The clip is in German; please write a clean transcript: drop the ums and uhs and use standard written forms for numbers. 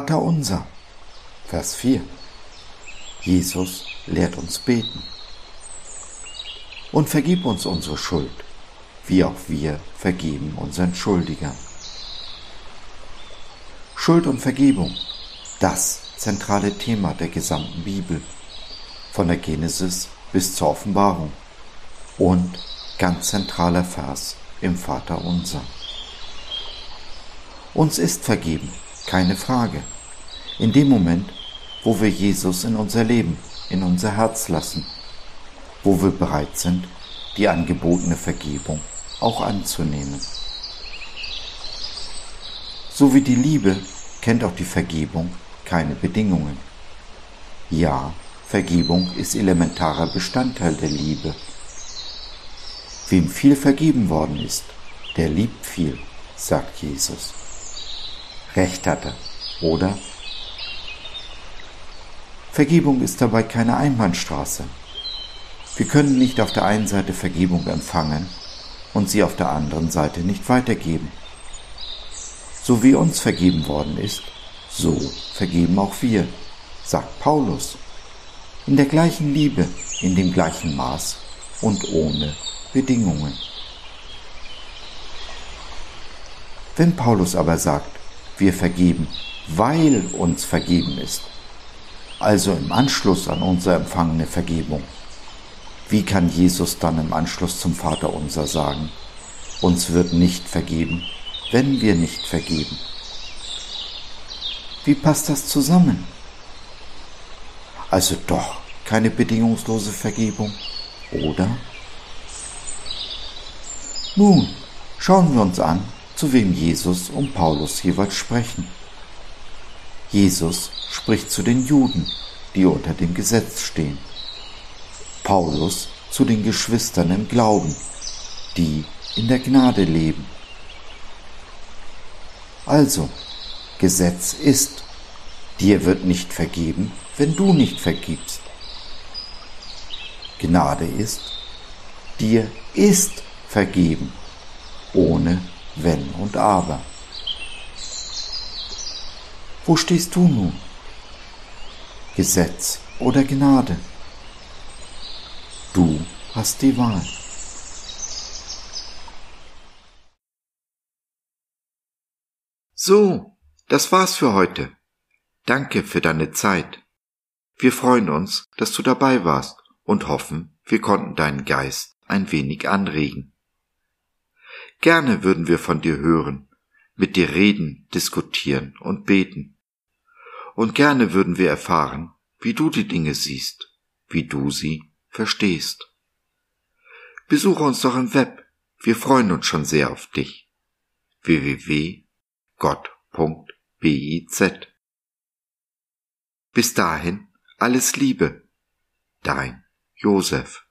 Vater unser. Vers 4. Jesus lehrt uns beten. Und vergib uns unsere Schuld, wie auch wir vergeben unseren Schuldigern. Schuld und Vergebung, das zentrale Thema der gesamten Bibel, von der Genesis bis zur Offenbarung und ganz zentraler Vers im Vater unser. Uns ist vergeben, keine Frage, in dem Moment, wo wir Jesus in unser Leben, in unser Herz lassen, wo wir bereit sind, die angebotene Vergebung auch anzunehmen. So wie die Liebe kennt auch die Vergebung keine Bedingungen. Ja, Vergebung ist elementarer Bestandteil der Liebe. Wem viel vergeben worden ist, der liebt viel, sagt Jesus. Recht hat er, oder? Vergebung ist dabei keine Einbahnstraße. Wir können nicht auf der einen Seite Vergebung empfangen und sie auf der anderen Seite nicht weitergeben. So wie uns vergeben worden ist, so vergeben auch wir, sagt Paulus. In der gleichen Liebe, in dem gleichen Maß und ohne Bedingungen. Wenn Paulus aber sagt, wir vergeben, weil uns vergeben ist, also im Anschluss an unsere empfangene Vergebung, wie kann Jesus dann im Anschluss zum Vaterunser sagen, uns wird nicht vergeben, wenn wir nicht vergeben? Wie passt das zusammen? Also doch keine bedingungslose Vergebung, oder? Nun, schauen wir uns an, zu wem Jesus und Paulus jeweils sprechen. Jesus spricht zu den Juden, die unter dem Gesetz stehen. Paulus zu den Geschwistern im Glauben, die in der Gnade leben. Also, Gesetz ist, dir wird nicht vergeben, wenn du nicht vergibst. Gnade ist, dir ist vergeben, ohne Wenn und Aber. Wo stehst du nun? Gesetz oder Gnade? Du hast die Wahl. So, das war's für heute. Danke für deine Zeit. Wir freuen uns, dass du dabei warst und hoffen, wir konnten deinen Geist ein wenig anregen. Gerne würden wir von dir hören, mit dir reden, diskutieren und beten. Und gerne würden wir erfahren, wie du die Dinge siehst, wie du sie verstehst. Besuche uns doch im Web, wir freuen uns schon sehr auf dich. www.gott.biz. Bis dahin, alles Liebe, dein Josef.